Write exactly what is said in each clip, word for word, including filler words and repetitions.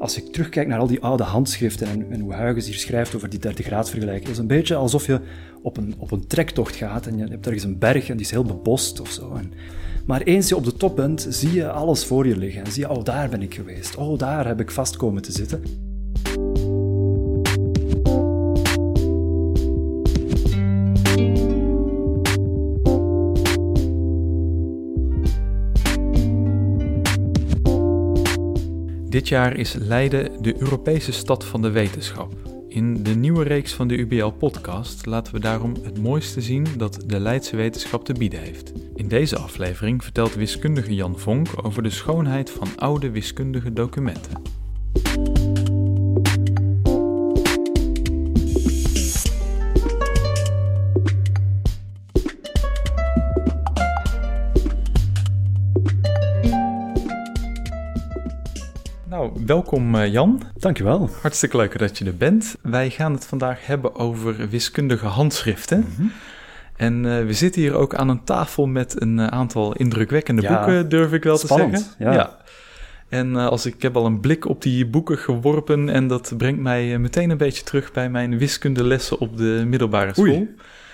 als ik terugkijk naar al die oude handschriften en, en hoe Huygens hier schrijft over die dertig-graadsvergelijking, is een beetje alsof je op een, op een trektocht gaat en je hebt ergens een berg en die is heel bebost of zo. En, maar eens je op de top bent, zie je alles voor je liggen en zie je, oh, daar ben ik geweest. Oh, daar heb ik vast komen te zitten. Dit jaar is Leiden de Europese stad van de wetenschap. In de nieuwe reeks van de U B L-podcast laten we daarom het mooiste zien dat de Leidse wetenschap te bieden heeft. In deze aflevering vertelt wiskundige Jan Vonk over de schoonheid van oude wiskundige documenten. Nou, welkom Jan. Dankjewel. Hartstikke leuk dat je er bent. Wij gaan het vandaag hebben over wiskundige handschriften. Mm-hmm. En uh, we zitten hier ook aan een tafel met een uh, aantal indrukwekkende ja, boeken, durf ik wel spannend, te zeggen. Ja. ja. En uh, als ik, ik heb al een blik op die boeken geworpen en dat brengt mij uh, meteen een beetje terug bij mijn wiskundelessen op de middelbare school.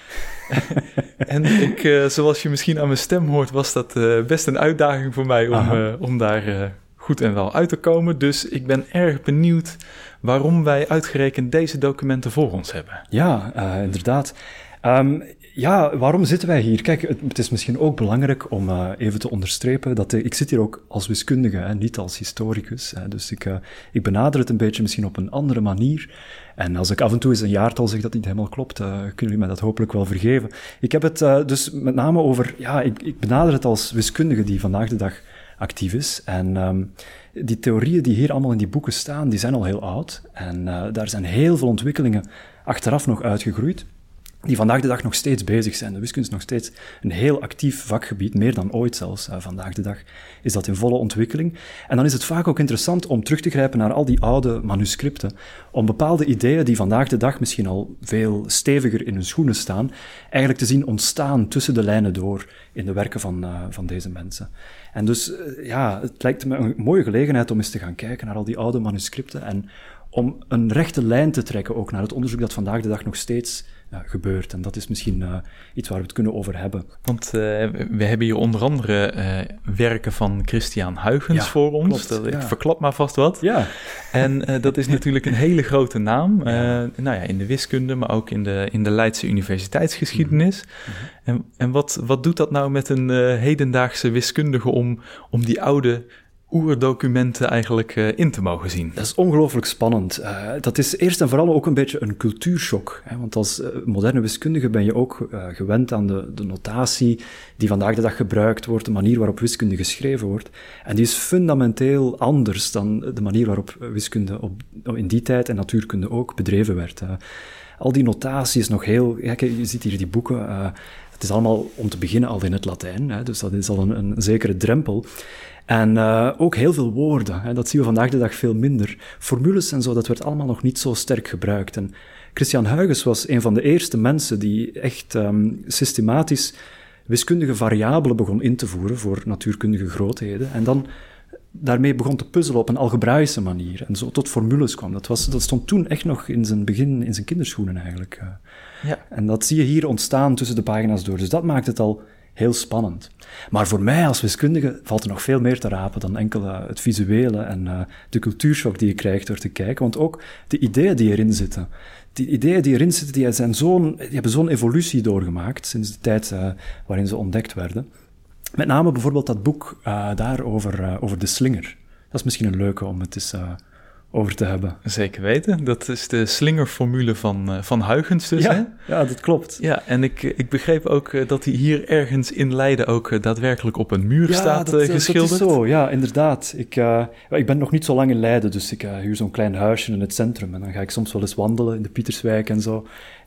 En ik, uh, zoals je misschien aan mijn stem hoort, was dat uh, best een uitdaging voor mij om, uh, om daar... Uh, goed en wel uit te komen. Dus ik ben erg benieuwd waarom wij uitgerekend deze documenten voor ons hebben. Ja, uh, inderdaad. Um, ja, waarom zitten wij hier? Kijk, het, het is misschien ook belangrijk om uh, even te onderstrepen dat de, ik zit hier ook als wiskundige, hè, niet als historicus. Hè, dus ik, uh, ik benader het een beetje misschien op een andere manier. En als ik af en toe eens een jaartal zeg dat niet helemaal klopt, uh, kunnen jullie mij dat hopelijk wel vergeven. Ik heb het uh, dus met name over, ja, ik, ik benader het als wiskundige die vandaag de dag actief is. En um, die theorieën die hier allemaal in die boeken staan, die zijn al heel oud. En uh, daar zijn heel veel ontwikkelingen achteraf nog uitgegroeid, die vandaag de dag nog steeds bezig zijn. De wiskunde is nog steeds een heel actief vakgebied, meer dan ooit zelfs. Uh, vandaag de dag is dat in volle ontwikkeling. En dan is het vaak ook interessant om terug te grijpen naar al die oude manuscripten, om bepaalde ideeën die vandaag de dag misschien al veel steviger in hun schoenen staan, eigenlijk te zien ontstaan tussen de lijnen door in de werken van, uh, van deze mensen. En dus, uh, ja, het lijkt me een mooie gelegenheid om eens te gaan kijken naar al die oude manuscripten en om een rechte lijn te trekken ook naar het onderzoek dat vandaag de dag nog steeds uh, gebeurt. En dat is misschien uh, iets waar we het kunnen over hebben. Want uh, we hebben hier onder andere uh, werken van Christiaan Huygens ja, voor ons. Klopt, dat, ja. Ik verklap maar vast wat. Ja. En uh, dat is natuurlijk een hele grote naam. Uh, nou ja, in de wiskunde, maar ook in de, in de Leidse universiteitsgeschiedenis. Mm-hmm. En, en wat, wat doet dat nou met een uh, hedendaagse wiskundige om, om die oude oerdocumenten eigenlijk uh, in te mogen zien? Dat is ongelooflijk spannend. Uh, dat is eerst en vooral ook een beetje een cultuurshock. Hè? Want als uh, moderne wiskundige ben je ook uh, gewend aan de, de notatie die vandaag de dag gebruikt wordt, de manier waarop wiskunde geschreven wordt. En die is fundamenteel anders dan de manier waarop wiskunde op, in die tijd en natuurkunde ook bedreven werd. Uh, al die notatie is nog heel... Ja, kijk, je ziet hier die boeken... Uh, het is allemaal om te beginnen al in het Latijn, hè? Dus dat is al een, een zekere drempel. En uh, ook heel veel woorden, hè, dat zien we vandaag de dag veel minder. Formules en zo, dat werd allemaal nog niet zo sterk gebruikt. En Christiaan Huygens was een van de eerste mensen die echt um, systematisch wiskundige variabelen begon in te voeren voor natuurkundige grootheden. En dan daarmee begon te puzzelen op een algebraïsche manier. En zo tot formules kwam. Dat, was, dat stond toen echt nog in zijn begin, in zijn kinderschoenen eigenlijk. Uh, ja. En dat zie je hier ontstaan tussen de pagina's door. Dus dat maakt het al heel spannend. Maar voor mij als wiskundige valt er nog veel meer te rapen dan enkel uh, het visuele en uh, de cultuurshock die je krijgt door te kijken. Want ook de ideeën die erin zitten. Die ideeën die erin zitten, die, zijn zo'n, die hebben zo'n evolutie doorgemaakt sinds de tijd uh, waarin ze ontdekt werden. Met name bijvoorbeeld dat boek uh, daar over, uh, over de slinger. Dat is misschien een leuke om het eens... Uh, over te hebben. Zeker weten. Dat is de slingerformule van, uh, van Huygens dus, ja, hè? Ja, dat klopt. Ja, en ik, ik begreep ook uh, dat hij hier ergens in Leiden ook uh, daadwerkelijk op een muur ja, staat dat, uh, geschilderd. Ja, dat is zo. Ja, inderdaad. Ik, uh, ik ben nog niet zo lang in Leiden, dus ik uh, huur zo'n klein huisje in het centrum en dan ga ik soms wel eens wandelen in de Pieterswijk en zo.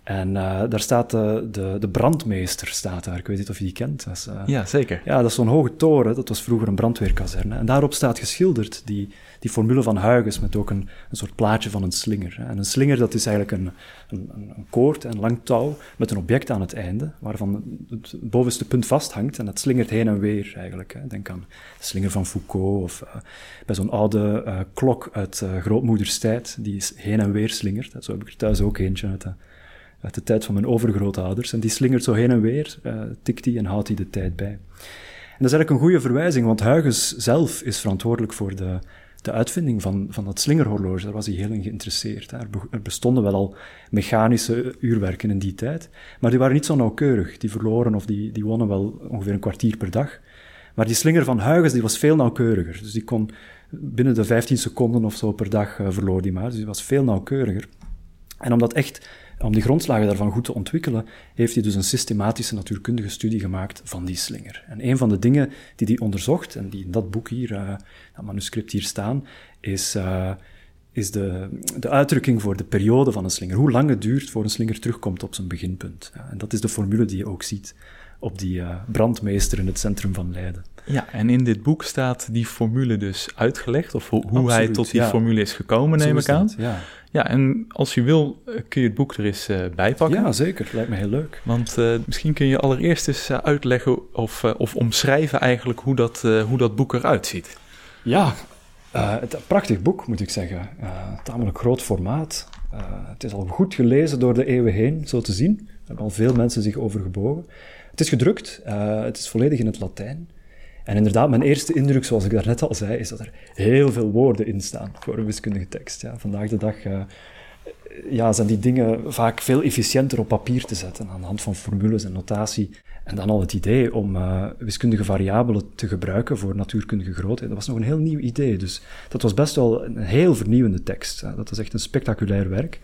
En uh, daar staat de, de, de brandmeester, staat daar. Ik weet niet of je die kent. Dat is, uh, ja, zeker. Ja, dat is zo'n hoge toren. Dat was vroeger een brandweerkazerne. En daarop staat geschilderd die, die formule van Huygens met ook een, een soort plaatje van een slinger. En een slinger, dat is eigenlijk een, een, een koord, een lang touw met een object aan het einde, waarvan het bovenste punt vasthangt en dat slingert heen en weer eigenlijk. Denk aan de slinger van Foucault of uh, bij zo'n oude uh, klok uit uh, grootmoeders tijd, die heen en weer slingert. Zo heb ik er thuis ook eentje uit de, uit de tijd van mijn overgrootouders. En die slingert zo heen en weer, uh, tikt die en houdt die de tijd bij. En dat is eigenlijk een goede verwijzing, want Huygens zelf is verantwoordelijk voor de, de uitvinding van, van dat slingerhorloge. Daar was hij heel in geïnteresseerd. Hè. Er, be, er bestonden wel al mechanische uurwerken in die tijd, maar die waren niet zo nauwkeurig. Die verloren of die, die wonnen wel ongeveer een kwartier per dag. Maar die slinger van Huygens die was veel nauwkeuriger. Dus die kon binnen de vijftien seconden of zo per dag uh, verloor die maar. Dus die was veel nauwkeuriger. En om dat echt, om die grondslagen daarvan goed te ontwikkelen, heeft hij dus een systematische natuurkundige studie gemaakt van die slinger. En een van de dingen die hij onderzocht, en die in dat boek hier, uh, dat manuscript hier staan, is, uh, is de, de uitdrukking voor de periode van een slinger. Hoe lang het duurt voor een slinger terugkomt op zijn beginpunt. Ja, en dat is de formule die je ook ziet op die uh, brandmeester in het centrum van Leiden. Ja, en in dit boek staat die formule dus uitgelegd, of ho- hoe Absoluut, hij tot die ja. formule is gekomen, neem ik aan. Ja. ja, en als je wil, kun je het boek er eens uh, bij pakken. Ja, zeker. Lijkt me heel leuk. Want uh, misschien kun je allereerst eens uh, uitleggen of, uh, of omschrijven eigenlijk hoe dat, uh, hoe dat boek eruit ziet. Ja, uh, het, een prachtig boek, moet ik zeggen. Uh, tamelijk groot formaat. Uh, het is al goed gelezen door de eeuwen heen, zo te zien. Er hebben al veel mensen zich over gebogen. Het is gedrukt, uh, het is volledig in het Latijn. En inderdaad, mijn eerste indruk, zoals ik daarnet al zei, is dat er heel veel woorden in staan voor een wiskundige tekst. Ja, vandaag de dag uh, ja, zijn die dingen vaak veel efficiënter op papier te zetten, aan de hand van formules en notatie. En dan al het idee om uh, wiskundige variabelen te gebruiken voor natuurkundige grootheid, dat was nog een heel nieuw idee. Dus dat was best wel een heel vernieuwende tekst. Hè. Dat is echt een spectaculair werk.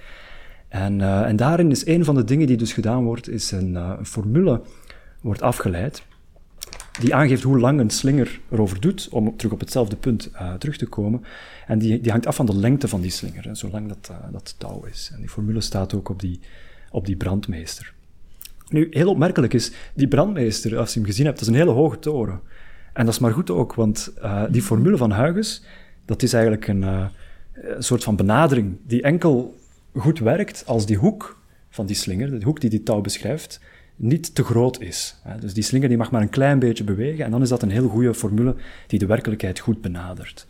En, uh, en daarin is een van de dingen die dus gedaan wordt, is een, uh, een formule wordt afgeleid, die aangeeft hoe lang een slinger erover doet om terug op hetzelfde punt uh, terug te komen. En die, die hangt af van de lengte van die slinger, hè, zolang dat, uh, dat touw is. En die formule staat ook op die, op die brandmeester. Nu, heel opmerkelijk is, die brandmeester, als je hem gezien hebt, dat is een hele hoge toren. En dat is maar goed ook, want uh, die formule van Huygens, dat is eigenlijk een, uh, een soort van benadering die enkel goed werkt als die hoek van die slinger, de hoek die die touw beschrijft, niet te groot is. Dus die slinger die mag maar een klein beetje bewegen en dan is dat een heel goede formule die de werkelijkheid goed benadert.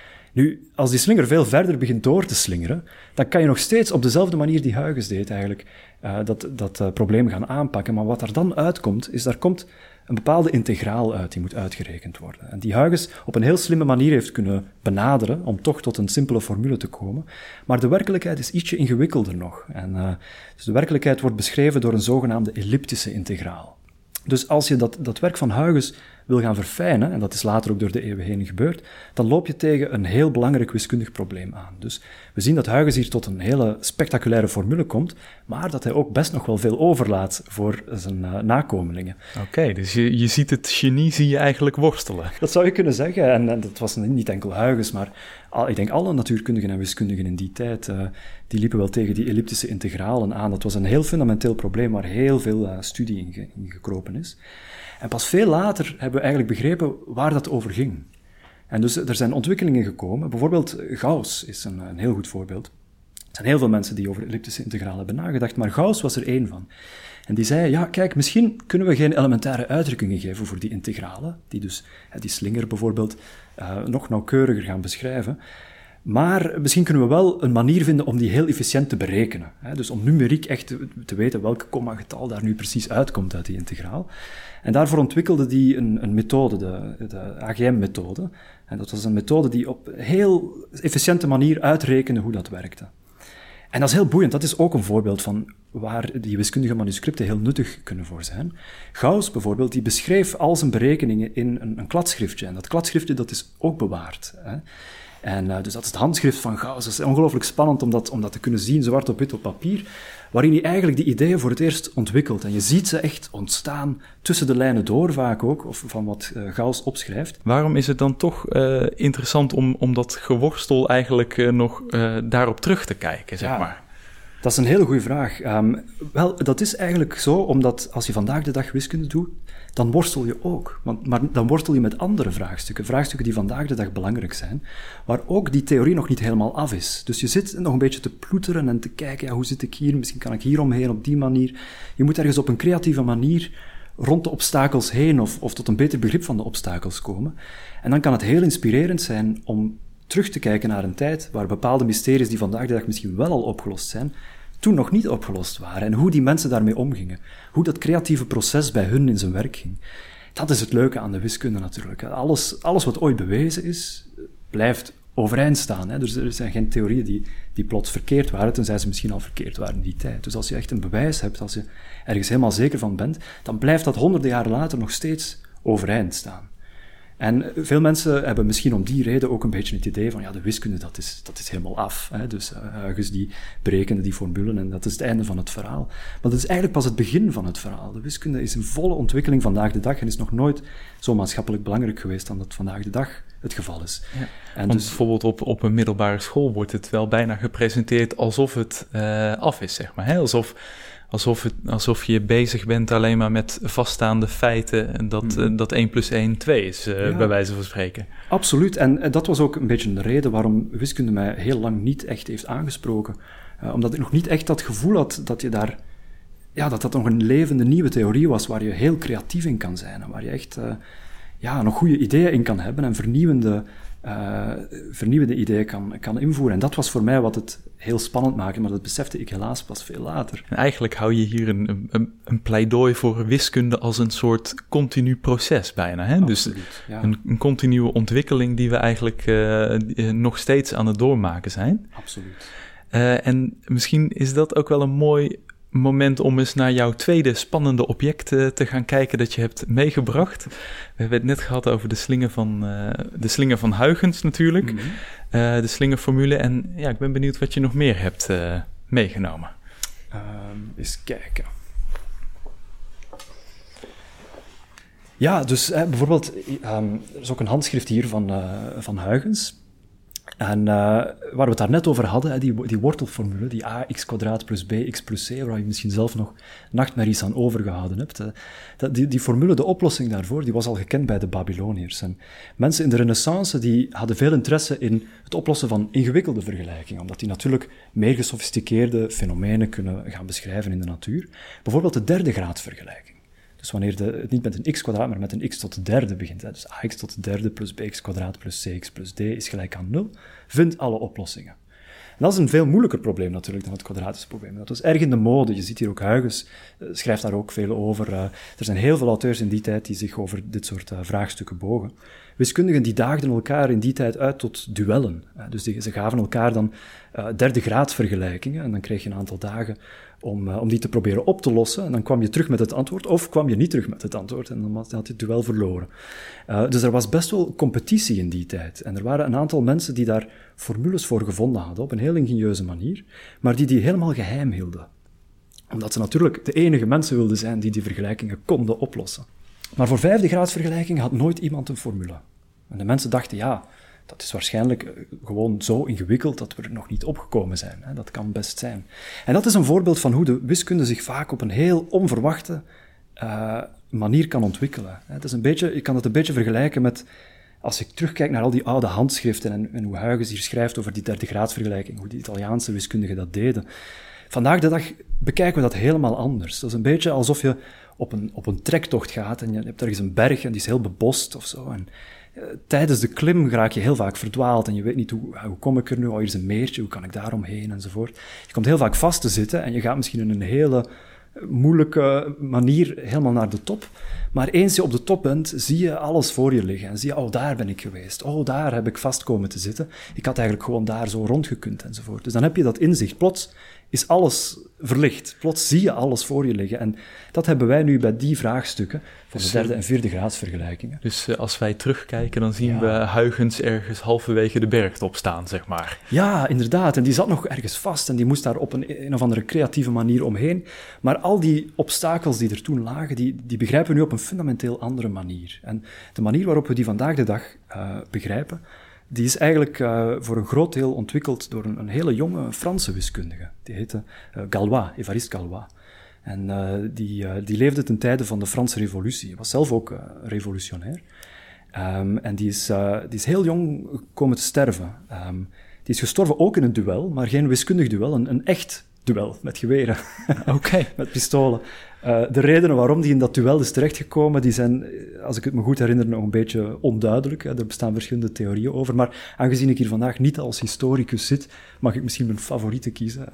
Nu, als die slinger veel verder begint door te slingeren, dan kan je nog steeds op dezelfde manier die Huygens deed eigenlijk uh, dat, dat uh, probleem gaan aanpakken. Maar wat er dan uitkomt, is daar komt een bepaalde integraal uit die moet uitgerekend worden. En die Huygens op een heel slimme manier heeft kunnen benaderen om toch tot een simpele formule te komen. Maar de werkelijkheid is ietsje ingewikkelder nog. En, uh, dus de werkelijkheid wordt beschreven door een zogenaamde elliptische integraal. Dus als je dat, dat werk van Huygens wil gaan verfijnen, en dat is later ook door de eeuwen heen gebeurd, dan loop je tegen een heel belangrijk wiskundig probleem aan. Dus we zien dat Huygens hier tot een hele spectaculaire formule komt, maar dat hij ook best nog wel veel overlaat voor zijn uh, nakomelingen. Oké, okay, dus je, je ziet het genie zie je eigenlijk worstelen. Dat zou je kunnen zeggen, en, en dat was niet enkel Huygens, maar al, ik denk alle natuurkundigen en wiskundigen in die tijd, uh, die liepen wel tegen die elliptische integralen aan. Dat was een heel fundamenteel probleem waar heel veel uh, studie in, ge, in gekropen is. En pas veel later hebben we eigenlijk begrepen waar dat over ging. En dus er zijn ontwikkelingen gekomen. Bijvoorbeeld Gauss is een, een heel goed voorbeeld. Er zijn heel veel mensen die over elliptische integralen hebben nagedacht, maar Gauss was er één van. En die zei, ja, kijk, misschien kunnen we geen elementaire uitdrukkingen geven voor die integralen, die dus die slinger bijvoorbeeld uh, nog nauwkeuriger gaan beschrijven. Maar misschien kunnen we wel een manier vinden om die heel efficiënt te berekenen. Hè? Dus om numeriek echt te, te weten welk komma-getal daar nu precies uitkomt uit die integraal. En daarvoor ontwikkelde hij een, een methode, de, de A G M-methode. En dat was een methode die op een heel efficiënte manier uitrekende hoe dat werkte. En dat is heel boeiend. Dat is ook een voorbeeld van waar die wiskundige manuscripten heel nuttig kunnen voor zijn. Gauss bijvoorbeeld, die beschreef al zijn berekeningen in een, een kladschriftje. En dat kladschriftje dat is ook bewaard. Hè? En uh, dus dat is het handschrift van Gauss. Dat is ongelooflijk spannend om dat, om dat te kunnen zien, zwart op wit op papier, waarin hij eigenlijk die ideeën voor het eerst ontwikkelt. En je ziet ze echt ontstaan tussen de lijnen door, vaak ook, of van wat uh, Gauss opschrijft. Waarom is het dan toch uh, interessant om, om dat geworstel eigenlijk uh, nog uh, daarop terug te kijken, zeg ja. maar? Dat is een hele goede vraag. Um, wel, dat is eigenlijk zo, omdat als je vandaag de dag wiskunde doet, dan worstel je ook. Want, maar dan worstel je met andere vraagstukken, vraagstukken die vandaag de dag belangrijk zijn, waar ook die theorie nog niet helemaal af is. Dus je zit nog een beetje te ploeteren en te kijken, ja, hoe zit ik hier? Misschien kan ik hier omheen, op die manier. Je moet ergens op een creatieve manier rond de obstakels heen, of, of tot een beter begrip van de obstakels komen. En dan kan het heel inspirerend zijn om terug te kijken naar een tijd waar bepaalde mysteries die vandaag de dag misschien wel al opgelost zijn, toen nog niet opgelost waren. En hoe die mensen daarmee omgingen. Hoe dat creatieve proces bij hun in zijn werk ging. Dat is het leuke aan de wiskunde natuurlijk. Alles, alles wat ooit bewezen is, blijft overeind staan. Hè. Dus er zijn geen theorieën die, die plots verkeerd waren, tenzij ze misschien al verkeerd waren in die tijd. Dus als je echt een bewijs hebt, als je ergens helemaal zeker van bent, dan blijft dat honderden jaren later nog steeds overeind staan. En veel mensen hebben misschien om die reden ook een beetje het idee van, ja, de wiskunde, dat is, dat is helemaal af. Hè? Dus uh, Huygens die berekende die formulen en dat is het einde van het verhaal. Maar dat is eigenlijk pas het begin van het verhaal. De wiskunde is in volle ontwikkeling vandaag de dag en is nog nooit zo maatschappelijk belangrijk geweest dan dat vandaag de dag het geval is. Ja. En Want dus, bijvoorbeeld op, op een middelbare school wordt het wel bijna gepresenteerd alsof het uh, af is, zeg maar. Hè? Alsof... Alsof, het, alsof je bezig bent alleen maar met vaststaande feiten en dat, mm. dat één plus één twee is, uh, ja. bij wijze van spreken. Absoluut, en, en dat was ook een beetje de reden waarom wiskunde mij heel lang niet echt heeft aangesproken. Uh, omdat ik nog niet echt dat gevoel had dat je daar, ja, dat dat nog een levende nieuwe theorie was waar je heel creatief in kan zijn en waar je echt uh, ja, nog goede ideeën in kan hebben en vernieuwende, uh, vernieuwende ideeën kan, kan invoeren. En dat was voor mij wat het heel spannend maakte, maar dat besefte ik helaas pas veel later. En eigenlijk hou je hier een, een, een pleidooi voor wiskunde als een soort continu proces bijna. Hè? Absoluut, dus ja. een, een continue ontwikkeling die we eigenlijk uh, nog steeds aan het doormaken zijn. Absoluut. Uh, en misschien is dat ook wel een mooi moment om eens naar jouw tweede spannende object uh, te gaan kijken dat je hebt meegebracht. We hebben het net gehad over de slingen van, uh, de slingen van Huygens natuurlijk. Mm-hmm. Uh, de slingerformule. En ja, ik ben benieuwd wat je nog meer hebt uh, meegenomen. Um, eens kijken. Ja, dus eh, bijvoorbeeld, um, er is ook een handschrift hier van, uh, van Huygens. En uh, waar we het daar net over hadden, hè, die, die wortelformule, die ax kwadraat plus bx plus c, waar je misschien zelf nog nachtmerries aan overgehouden hebt. Hè. Dat, die, die formule, de oplossing daarvoor, die was al gekend bij de Babyloniërs. En mensen in de Renaissance die hadden veel interesse in het oplossen van ingewikkelde vergelijkingen, omdat die natuurlijk meer gesofisticeerde fenomenen kunnen gaan beschrijven in de natuur. Bijvoorbeeld de derde graad vergelijking. Dus wanneer de, het niet met een x kwadraat, maar met een x tot de derde begint. Hè. Dus ax tot de derde plus bx kwadraat plus cx plus d is gelijk aan nul. Vind alle oplossingen. En dat is een veel moeilijker probleem natuurlijk dan het kwadratische probleem. Dat was erg in de mode. Je ziet hier ook Huygens, uh, schrijft daar ook veel over. Uh, er zijn heel veel auteurs in die tijd die zich over dit soort uh, vraagstukken bogen. Wiskundigen die daagden elkaar in die tijd uit tot duellen. Uh, dus die, ze gaven elkaar dan uh, derde graad vergelijkingen en dan kreeg je een aantal dagen om, uh, om die te proberen op te lossen. En dan kwam je terug met het antwoord, of kwam je niet terug met het antwoord. En dan had je het duel verloren. Uh, dus er was best wel competitie in die tijd. En er waren een aantal mensen die daar formules voor gevonden hadden, op een heel ingenieuze manier, maar die die helemaal geheim hielden. Omdat ze natuurlijk de enige mensen wilden zijn die die vergelijkingen konden oplossen. Maar voor vijfde graads vergelijking had nooit iemand een formule. En de mensen dachten, ja, dat is waarschijnlijk gewoon zo ingewikkeld dat we er nog niet opgekomen zijn. Hè? Dat kan best zijn. En dat is een voorbeeld van hoe de wiskunde zich vaak op een heel onverwachte uh, manier kan ontwikkelen. Het is een beetje, je kan het een beetje vergelijken met, als ik terugkijk naar al die oude handschriften en, en hoe Huygens hier schrijft over die derde graadsvergelijking, hoe die Italiaanse wiskundigen dat deden. Vandaag de dag bekijken we dat helemaal anders. Dat is een beetje alsof je op een, op een trektocht gaat en je hebt ergens een berg en die is heel bebost of zo. En uh, tijdens de klim raak je heel vaak verdwaald en je weet niet hoe, hoe kom ik er nu, oh, hier is een meertje, hoe kan ik daar omheen enzovoort. Je komt heel vaak vast te zitten en je gaat misschien in een hele moeilijke manier helemaal naar de top. Maar eens je op de top bent, zie je alles voor je liggen. En zie je, oh, daar ben ik geweest. Oh, daar heb ik vast komen te zitten. Ik had eigenlijk gewoon daar zo rondgekund enzovoort. Dus dan heb je dat inzicht. Plots is alles verlicht. Plots zie je alles voor je liggen. En dat hebben wij nu bij die vraagstukken van de derde en vierde graadsvergelijkingen. Dus uh, als wij terugkijken, dan zien ja. we Huygens ergens halverwege de bergtop staan, zeg maar. Ja, inderdaad. En die zat nog ergens vast en die moest daar op een, een of andere creatieve manier omheen. Maar al die obstakels die er toen lagen, die, die begrijpen we nu op een fundamenteel andere manier. En de manier waarop we die vandaag de dag uh, begrijpen, die is eigenlijk uh, voor een groot deel ontwikkeld door een, een hele jonge Franse wiskundige. Die heette uh, Galois, Évariste Galois. En uh, die, uh, die leefde ten tijde van de Franse Revolutie. Hij was zelf ook uh, revolutionair. Um, en die is, uh, die is heel jong komen te sterven. Um, die is gestorven ook in een duel, maar geen wiskundig duel, een, een echt duel met geweren. Oké. Okay. Met pistolen. Uh, de redenen waarom die in dat duel is terechtgekomen, die zijn, als ik het me goed herinner, nog een beetje onduidelijk. Hè. Er bestaan verschillende theorieën over. Maar aangezien ik hier vandaag niet als historicus zit, mag ik misschien mijn favoriete kiezen.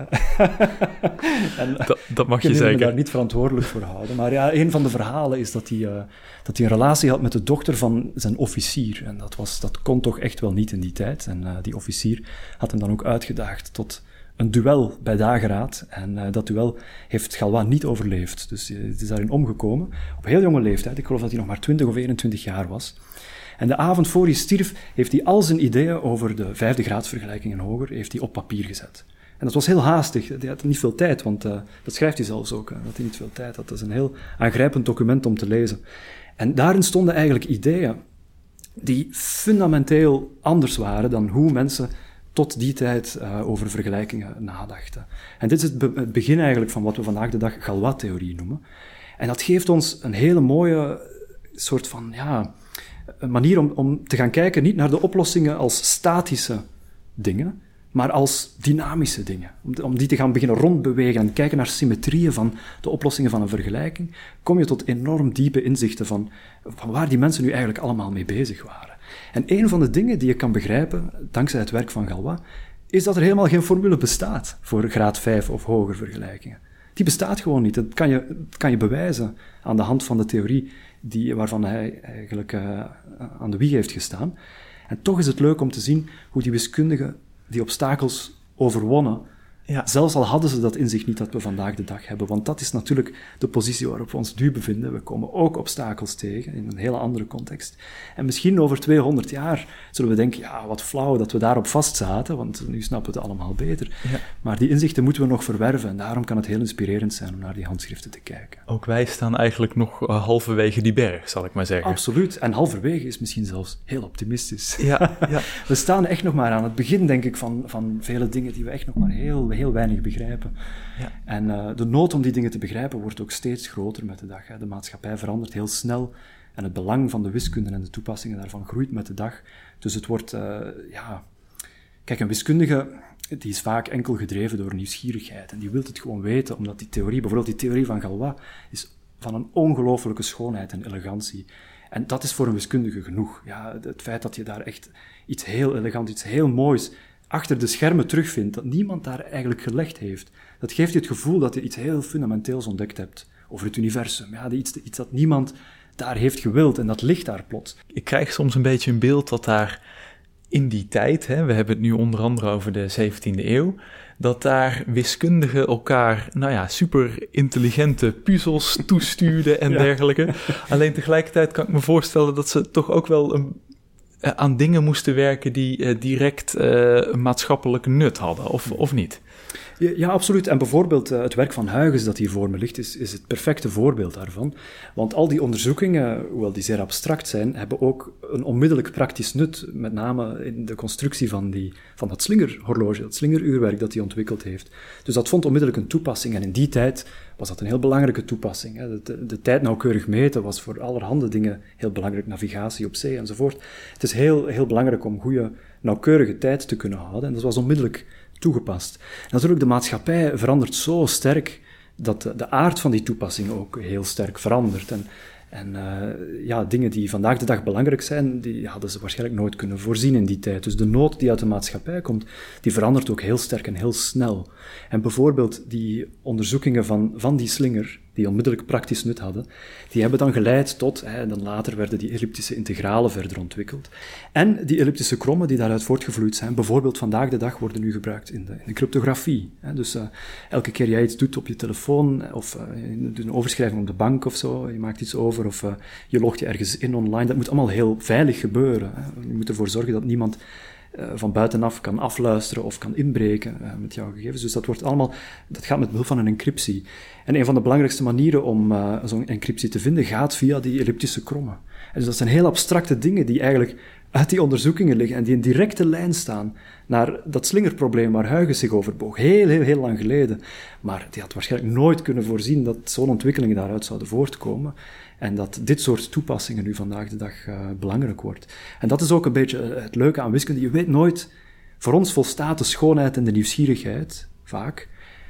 en, dat, dat mag je zeker. Ik zeker. me daar niet verantwoordelijk voor houden. Maar ja, een van de verhalen is dat hij, uh, dat hij een relatie had met de dochter van zijn officier. En dat, was, dat kon toch echt wel niet in die tijd. En uh, die officier had hem dan ook uitgedaagd tot een duel bij dageraad. En uh, dat duel heeft Galois niet overleefd. Dus uh, het is daarin omgekomen. Op heel jonge leeftijd. Ik geloof dat hij nog maar twintig of eenentwintig jaar was. En de avond voor hij stierf, heeft hij al zijn ideeën over de vijfde graadsvergelijking en hoger, heeft hij op papier gezet. En dat was heel haastig. Hij had niet veel tijd, want uh, dat schrijft hij zelfs ook, uh, dat hij niet veel tijd had. Dat is een heel aangrijpend document om te lezen. En daarin stonden eigenlijk ideeën die fundamenteel anders waren dan hoe mensen tot die tijd uh, over vergelijkingen nadachten. En dit is het, be- het begin eigenlijk van wat we vandaag de dag Galois-theorie noemen. En dat geeft ons een hele mooie soort van, ja, een manier om, om te gaan kijken, niet naar de oplossingen als statische dingen, maar als dynamische dingen. Om, om die te gaan beginnen rondbewegen en kijken naar symmetrieën van de oplossingen van een vergelijking, kom je tot enorm diepe inzichten van, van waar die mensen nu eigenlijk allemaal mee bezig waren. En een van de dingen die je kan begrijpen, dankzij het werk van Galois, is dat er helemaal geen formule bestaat voor graad vijf of hoger vergelijkingen. Die bestaat gewoon niet. Dat kan je, dat kan je bewijzen aan de hand van de theorie die, waarvan hij eigenlijk uh, aan de wieg heeft gestaan. En toch is het leuk om te zien hoe die wiskundigen die obstakels overwonnen, ja. Zelfs al hadden ze dat in zich niet dat we vandaag de dag hebben. Want dat is natuurlijk de positie waarop we ons nu bevinden. We komen ook obstakels tegen in een hele andere context. En misschien over tweehonderd jaar zullen we denken, ja, wat flauw dat we daarop vastzaten, want nu snappen we het allemaal beter. Ja. Maar die inzichten moeten we nog verwerven en daarom kan het heel inspirerend zijn om naar die handschriften te kijken. Ook wij staan eigenlijk nog uh, halverwege die berg, zal ik maar zeggen. Absoluut. En halverwege is misschien zelfs heel optimistisch. Ja, ja. We staan echt nog maar aan het begin, denk ik, van, van vele dingen die we echt nog maar heel, heel weinig begrijpen. Ja. En uh, de nood om die dingen te begrijpen wordt ook steeds groter met de dag. Hè. De maatschappij verandert heel snel en het belang van de wiskunde en de toepassingen daarvan groeit met de dag. Dus het wordt, uh, ja... Kijk, een wiskundige, die is vaak enkel gedreven door nieuwsgierigheid en die wil het gewoon weten, omdat die theorie, bijvoorbeeld die theorie van Galois, is van een ongelooflijke schoonheid en elegantie. En dat is voor een wiskundige genoeg. Ja, het feit dat je daar echt iets heel elegant, iets heel moois achter de schermen terugvindt, dat niemand daar eigenlijk gelegd heeft. Dat geeft je het gevoel dat je iets heel fundamenteels ontdekt hebt over het universum. Ja, iets, iets dat niemand daar heeft gewild en dat ligt daar plots. Ik krijg soms een beetje een beeld dat daar in die tijd, hè, we hebben het nu onder andere over de zeventiende eeuw, dat daar wiskundigen elkaar, nou ja, super intelligente puzzels toestuurden en ja. dergelijke. Alleen tegelijkertijd kan ik me voorstellen dat ze toch ook wel een aan dingen moesten werken die uh, direct uh, een maatschappelijk nut hadden, of, of niet? Ja, ja, absoluut. En bijvoorbeeld uh, het werk van Huygens dat hier voor me ligt, is, is het perfecte voorbeeld daarvan. Want al die onderzoekingen, hoewel die zeer abstract zijn, hebben ook een onmiddellijk praktisch nut, met name in de constructie van, die, van dat slingerhorloge, dat slingeruurwerk dat hij ontwikkeld heeft. Dus dat vond onmiddellijk een toepassing. En in die tijd was dat een heel belangrijke toepassing. Hè. De, de, de tijd nauwkeurig meten was voor allerhande dingen heel belangrijk, navigatie op zee enzovoort. Het is heel, heel belangrijk om goede, nauwkeurige tijd te kunnen houden. En dat was onmiddellijk toegepast. En natuurlijk, de maatschappij verandert zo sterk dat de, de aard van die toepassing ook heel sterk verandert. En, en uh, ja, dingen die vandaag de dag belangrijk zijn, die hadden ze waarschijnlijk nooit kunnen voorzien in die tijd. Dus de nood die uit de maatschappij komt, die verandert ook heel sterk en heel snel. En bijvoorbeeld die onderzoekingen van, van die slinger, die onmiddellijk praktisch nut hadden, die hebben dan geleid tot, hè, dan later werden die elliptische integralen verder ontwikkeld. En die elliptische krommen die daaruit voortgevloeid zijn, bijvoorbeeld vandaag de dag worden nu gebruikt in de, in de cryptografie. Hè. Dus uh, elke keer jij iets doet op je telefoon, of uh, je doet een overschrijving op de bank of zo, je maakt iets over, of uh, je logt je ergens in online, dat moet allemaal heel veilig gebeuren. Hè. Je moet ervoor zorgen dat niemand Uh, van buitenaf kan afluisteren of kan inbreken uh, met jouw gegevens. Dus dat wordt allemaal, dat gaat met behulp van een encryptie. En een van de belangrijkste manieren om uh, zo'n encryptie te vinden gaat via die elliptische krommen. En dus dat zijn heel abstracte dingen die eigenlijk uit die onderzoekingen liggen en die in directe lijn staan naar dat slingerprobleem waar Huygens zich over boog, heel, heel, heel lang geleden. Maar die had waarschijnlijk nooit kunnen voorzien dat zo'n ontwikkelingen daaruit zouden voortkomen en dat dit soort toepassingen nu vandaag de dag uh, belangrijk wordt. En dat is ook een beetje het leuke aan wiskunde. Je weet nooit, voor ons volstaat de schoonheid en de nieuwsgierigheid, vaak.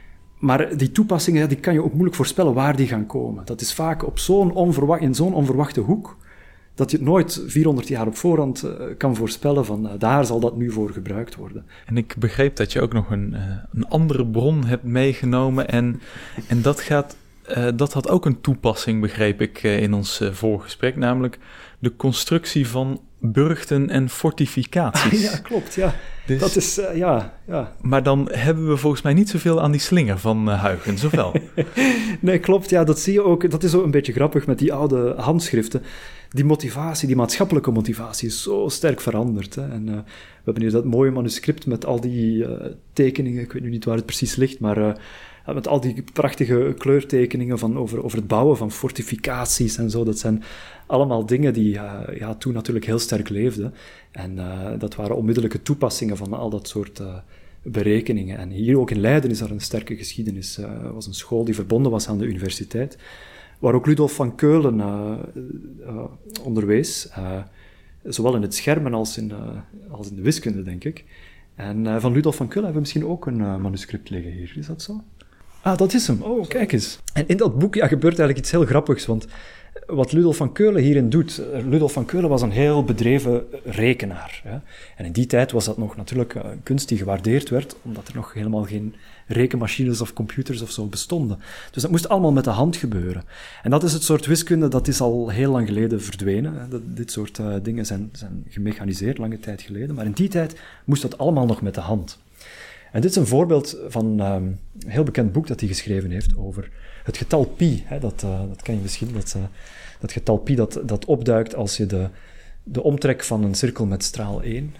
Maar die toepassingen, die kan je ook moeilijk voorspellen waar die gaan komen. Dat is vaak op zo'n onverwacht, in zo'n onverwachte hoek, dat je het nooit vierhonderd jaar op voorhand uh, kan voorspellen van uh, daar zal dat nu voor gebruikt worden. En ik begreep dat je ook nog een, uh, een andere bron hebt meegenomen en, en dat, gaat, uh, dat had ook een toepassing, begreep ik, uh, in ons uh, voorgesprek, namelijk de constructie van burchten en fortificaties. Ja, klopt, ja. Dus, dat is, uh, ja, ja. Maar dan hebben we volgens mij niet zoveel aan die slinger van uh, Huygens, of wel? Nee, klopt, ja, dat zie je ook. Dat is ook een beetje grappig met die oude handschriften. Die motivatie, die maatschappelijke motivatie is zo sterk veranderd. Hè. En uh, we hebben hier dat mooie manuscript met al die uh, tekeningen, ik weet nu niet waar het precies ligt, maar uh, met al die prachtige kleurtekeningen van over, over het bouwen van fortificaties en zo. Dat zijn allemaal dingen die uh, ja, toen natuurlijk heel sterk leefden. En uh, dat waren onmiddellijke toepassingen van al dat soort uh, berekeningen. En hier ook in Leiden is er een sterke geschiedenis. Er uh, was een school die verbonden was aan de universiteit, waar ook Ludolf van Keulen uh, uh, onderwees, uh, zowel in het schermen als in, uh, als in de wiskunde, denk ik. En uh, van Ludolf van Keulen hebben we misschien ook een uh, manuscript liggen hier, is dat zo? Ah, dat is hem. Oh, kijk eens. En in dat boek ja, gebeurt eigenlijk iets heel grappigs, want wat Ludolf van Keulen hierin doet... Ludolf van Keulen was een heel bedreven rekenaar. Hè? En in die tijd was dat nog natuurlijk een kunst die gewaardeerd werd, omdat er nog helemaal geen rekenmachines of computers of zo bestonden. Dus dat moest allemaal met de hand gebeuren. En dat is het soort wiskunde, dat is al heel lang geleden verdwenen. Hè? Dat, dit soort uh, dingen zijn, zijn gemechaniseerd, lange tijd geleden. Maar in die tijd moest dat allemaal nog met de hand. En dit is een voorbeeld van um, een heel bekend boek dat hij geschreven heeft over het getal pi. Hè, dat, uh, dat ken je misschien, dat, uh, dat getal pi dat, dat opduikt als je de, de omtrek van een cirkel met straal één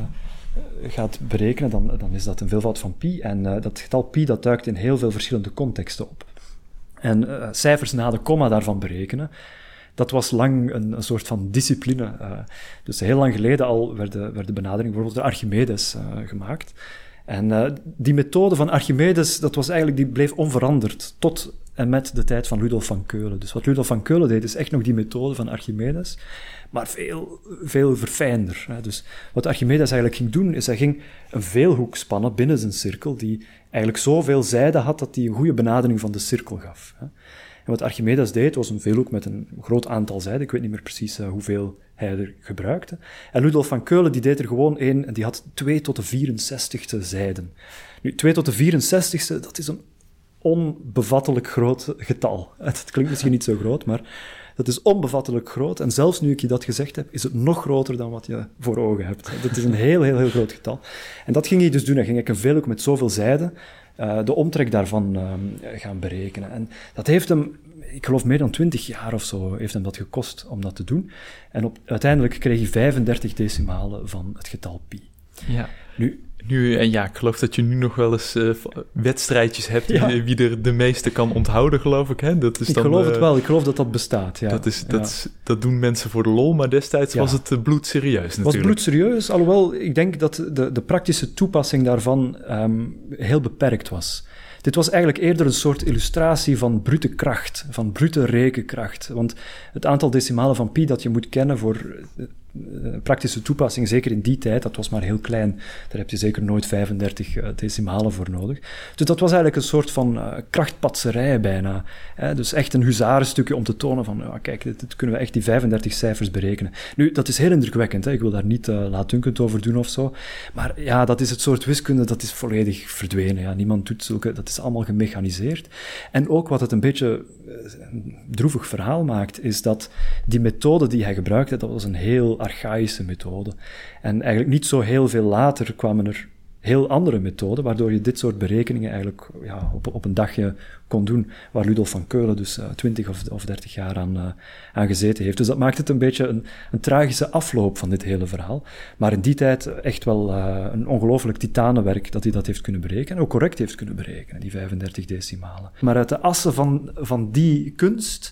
uh, gaat berekenen, dan, dan is dat een veelvoud van pi. En uh, dat getal pi dat duikt in heel veel verschillende contexten op. En uh, cijfers na de komma daarvan berekenen, dat was lang een, een soort van discipline. Uh, dus heel lang geleden al werd de, werd de benadering bijvoorbeeld door Archimedes uh, gemaakt. En uh, die methode van Archimedes, dat was eigenlijk, die bleef onveranderd tot en met de tijd van Ludolf van Keulen. Dus wat Ludolf van Keulen deed, is echt nog die methode van Archimedes, maar veel, veel verfijnder. Hè. Dus wat Archimedes eigenlijk ging doen, is hij ging een veelhoek spannen binnen zijn cirkel, die eigenlijk zoveel zijden had, dat hij een goede benadering van de cirkel gaf. Hè. En wat Archimedes deed, was een veelhoek met een groot aantal zijden. Ik weet niet meer precies uh, hoeveel hij er gebruikte. En Ludolf van Keulen, die deed er gewoon één, en die had twee tot de vierenzestigste zijden. Nu, twee tot de vierenzestigste, dat is een onbevattelijk groot getal. Het klinkt misschien niet zo groot, maar dat is onbevattelijk groot. En zelfs nu ik je dat gezegd heb, is het nog groter dan wat je voor ogen hebt. Dat is een heel, heel, heel groot getal. En dat ging hij dus doen. Hij ging een veelhoek met zoveel zijden, uh, de omtrek daarvan uh, gaan berekenen. En dat heeft hem, ik geloof meer dan twintig jaar of zo, heeft hem dat gekost om dat te doen. En op, uiteindelijk kreeg hij vijfendertig decimalen van het getal pi. Ja. Nu, nu, en ja, ik geloof dat je nu nog wel eens uh, wedstrijdjes hebt ja. wie er de meeste kan onthouden, geloof ik. Hè? Dat is ik dan, geloof uh, het wel, ik geloof dat dat bestaat. Ja. Dat, is, dat, ja. is, dat doen mensen voor de lol, maar destijds ja. was het uh, bloedserieus natuurlijk. Het was bloedserieus, alhoewel ik denk dat de, de praktische toepassing daarvan um, heel beperkt was. Dit was eigenlijk eerder een soort illustratie van brute kracht, van brute rekenkracht. Want het aantal decimalen van pi dat je moet kennen voor uh, praktische toepassing, zeker in die tijd, dat was maar heel klein. Daar heb je zeker nooit vijfendertig uh, decimalen voor nodig. Dus dat was eigenlijk een soort van uh, krachtpatserij bijna. Hè? Dus echt een huzarenstukje om te tonen van, uh, kijk, dit, dit kunnen we echt die vijfendertig cijfers berekenen. Nu, dat is heel indrukwekkend, hè? Ik wil daar niet uh, laatdunkend over doen of zo. Maar ja, dat is het soort wiskunde, dat is volledig verdwenen. Ja? Niemand doet zulke, dat is allemaal gemechaniseerd. En ook wat het een beetje uh, een droevig verhaal maakt, is dat die methode die hij gebruikte, dat was een heel archaïsche methode. En eigenlijk niet zo heel veel later kwamen er heel andere methoden, waardoor je dit soort berekeningen eigenlijk ja, op, op een dagje kon doen, waar Ludolf van Keulen dus uh, twintig of, of dertig jaar aan, uh, aan gezeten heeft. Dus dat maakt het een beetje een, een tragische afloop van dit hele verhaal. Maar in die tijd echt wel uh, een ongelooflijk titanenwerk dat hij dat heeft kunnen berekenen, ook correct heeft kunnen berekenen, die vijfendertig decimalen. Maar uit de assen van, van die kunst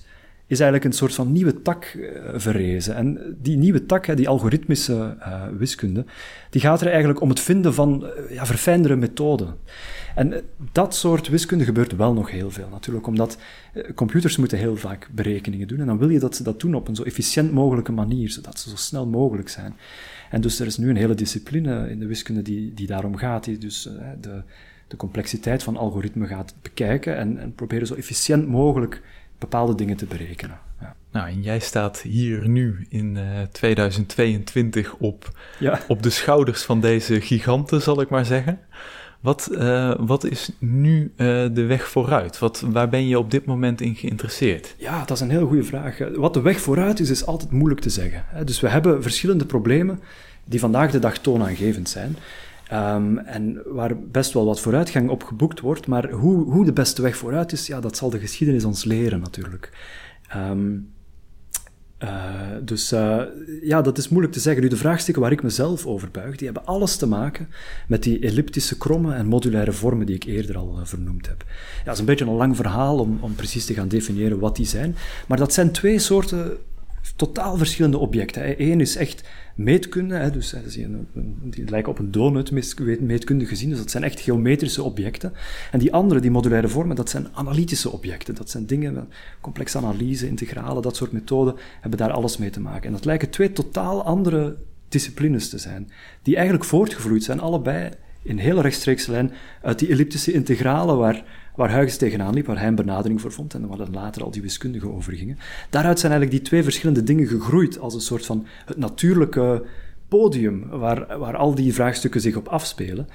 is eigenlijk een soort van nieuwe tak uh, verrezen. En die nieuwe tak, hè, die algoritmische uh, wiskunde, die gaat er eigenlijk om het vinden van uh, ja, verfijndere methoden. En uh, dat soort wiskunde gebeurt wel nog heel veel natuurlijk, omdat uh, computers moeten heel vaak berekeningen doen en dan wil je dat ze dat doen op een zo efficiënt mogelijke manier, zodat ze zo snel mogelijk zijn. En dus er is nu een hele discipline in de wiskunde die, die daarom gaat, die dus uh, de, de complexiteit van algoritmen gaat bekijken en, en proberen zo efficiënt mogelijk bepaalde dingen te berekenen. Ja. Nou, en jij staat hier nu in uh, tweeduizend tweeëntwintig op, ja. op de schouders van deze giganten, zal ik maar zeggen. Wat, uh, wat is nu uh, de weg vooruit? Wat, waar ben je op dit moment in geïnteresseerd? Ja, dat is een heel goede vraag. Wat de weg vooruit is, is altijd moeilijk te zeggen. Dus we hebben verschillende problemen die vandaag de dag toonaangevend zijn. Um, en waar best wel wat vooruitgang op geboekt wordt, maar hoe, hoe de beste weg vooruit is, ja, dat zal de geschiedenis ons leren natuurlijk. Um, uh, dus uh, ja, dat is moeilijk te zeggen. Nu, de vraagstukken waar ik mezelf over buig, die hebben alles te maken met die elliptische krommen en modulaire vormen die ik eerder al uh, vernoemd heb. Ja, dat is een beetje een lang verhaal om, om precies te gaan definiëren wat die zijn, maar dat zijn twee soorten totaal verschillende objecten. Eén is echt meetkunde, hè, dus hè, zie je, een, die lijken op een donut meetkunde gezien, dus dat zijn echt geometrische objecten. En die andere, die modulaire vormen, dat zijn analytische objecten. Dat zijn dingen, complexe analyse, integralen, dat soort methoden, hebben daar alles mee te maken. En dat lijken twee totaal andere disciplines te zijn, die eigenlijk voortgevloeid zijn, allebei in hele rechtstreekse lijn uit die elliptische integralen waar, waar Huygens tegenaan liep, waar hij een benadering voor vond en waar dan later al die wiskundigen over gingen. Daaruit zijn eigenlijk die twee verschillende dingen gegroeid als een soort van het natuurlijke podium waar, waar al die vraagstukken zich op afspelen.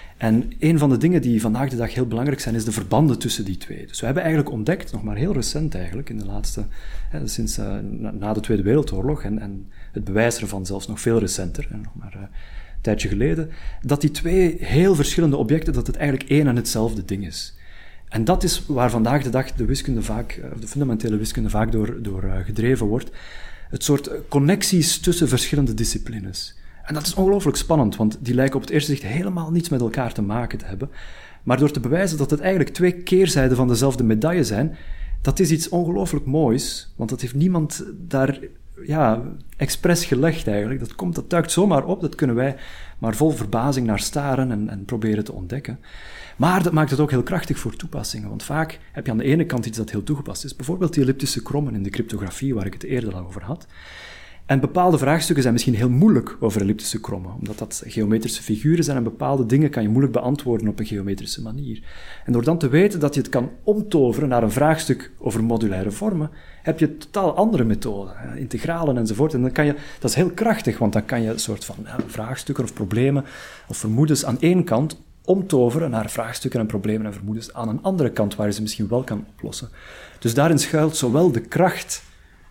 En een van de dingen die vandaag de dag heel belangrijk zijn, is de verbanden tussen die twee. Dus we hebben eigenlijk ontdekt, nog maar heel recent eigenlijk, in de laatste, hè, sinds uh, na, na de Tweede Wereldoorlog en, en het bewijs ervan zelfs nog veel recenter, hè, nog maar uh, een tijdje geleden, dat die twee heel verschillende objecten, dat het eigenlijk één en hetzelfde ding is. En dat is waar vandaag de dag de wiskunde vaak, of de fundamentele wiskunde vaak door, door uh, gedreven wordt. Het soort connecties tussen verschillende disciplines. En dat is ongelooflijk spannend, want die lijken op het eerste zicht helemaal niets met elkaar te maken te hebben. Maar door te bewijzen dat het eigenlijk twee keerzijden van dezelfde medaille zijn, dat is iets ongelooflijk moois, want dat heeft niemand daar ja, expres gelegd eigenlijk. Dat komt, dat duikt zomaar op, dat kunnen wij maar vol verbazing naar staren en, en proberen te ontdekken. Maar dat maakt het ook heel krachtig voor toepassingen, want vaak heb je aan de ene kant iets dat heel toegepast is, bijvoorbeeld die elliptische krommen in de cryptografie, waar ik het eerder al over had. En bepaalde vraagstukken zijn misschien heel moeilijk over elliptische krommen, omdat dat geometrische figuren zijn en bepaalde dingen kan je moeilijk beantwoorden op een geometrische manier. En door dan te weten dat je het kan omtoveren naar een vraagstuk over modulaire vormen, heb je totaal andere methoden, integralen enzovoort. En dan kan je, dat is heel krachtig, want dan kan je een soort van ja, vraagstukken of problemen of vermoedens aan één kant omtoveren naar vraagstukken en problemen en vermoedens aan een andere kant, waar je ze misschien wel kan oplossen. Dus daarin schuilt zowel de kracht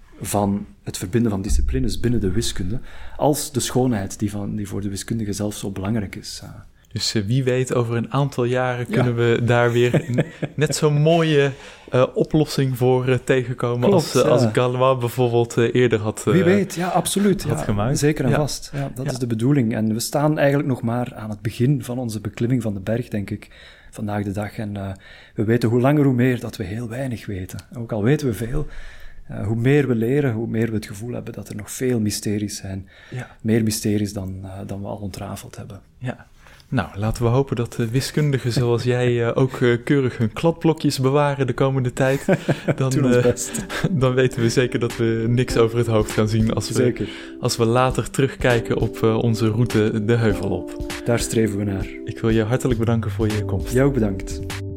van het verbinden van disciplines binnen de wiskunde, als de schoonheid die, van, die voor de wiskundige zelf zo belangrijk is. Dus uh, wie weet, over een aantal jaren kunnen ja. we daar weer een, net zo'n mooie uh, oplossing voor uh, tegenkomen. Klopt, als, uh, ja. als Galois bijvoorbeeld uh, eerder had uh, Wie weet, ja, absoluut. Had ja, gemaakt. Zeker en ja. vast. Ja, dat ja. is de bedoeling. En we staan eigenlijk nog maar aan het begin van onze beklimming van de berg, denk ik, vandaag de dag. En uh, we weten hoe langer hoe meer dat we heel weinig weten. Ook al weten we veel, Uh, hoe meer we leren, hoe meer we het gevoel hebben dat er nog veel mysteries zijn. Ja. Meer mysteries dan, uh, dan we al ontrafeld hebben. Ja. Nou, laten we hopen dat de wiskundigen zoals jij uh, ook uh, keurig hun kladblokjes bewaren de komende tijd. Dan, Doen ons uh, best. Dan weten we zeker dat we niks over het hoofd gaan zien als we, zeker. als we later terugkijken op uh, onze route de heuvel op. Daar streven we naar. Ik wil je hartelijk bedanken voor je komst. Jij ook bedankt.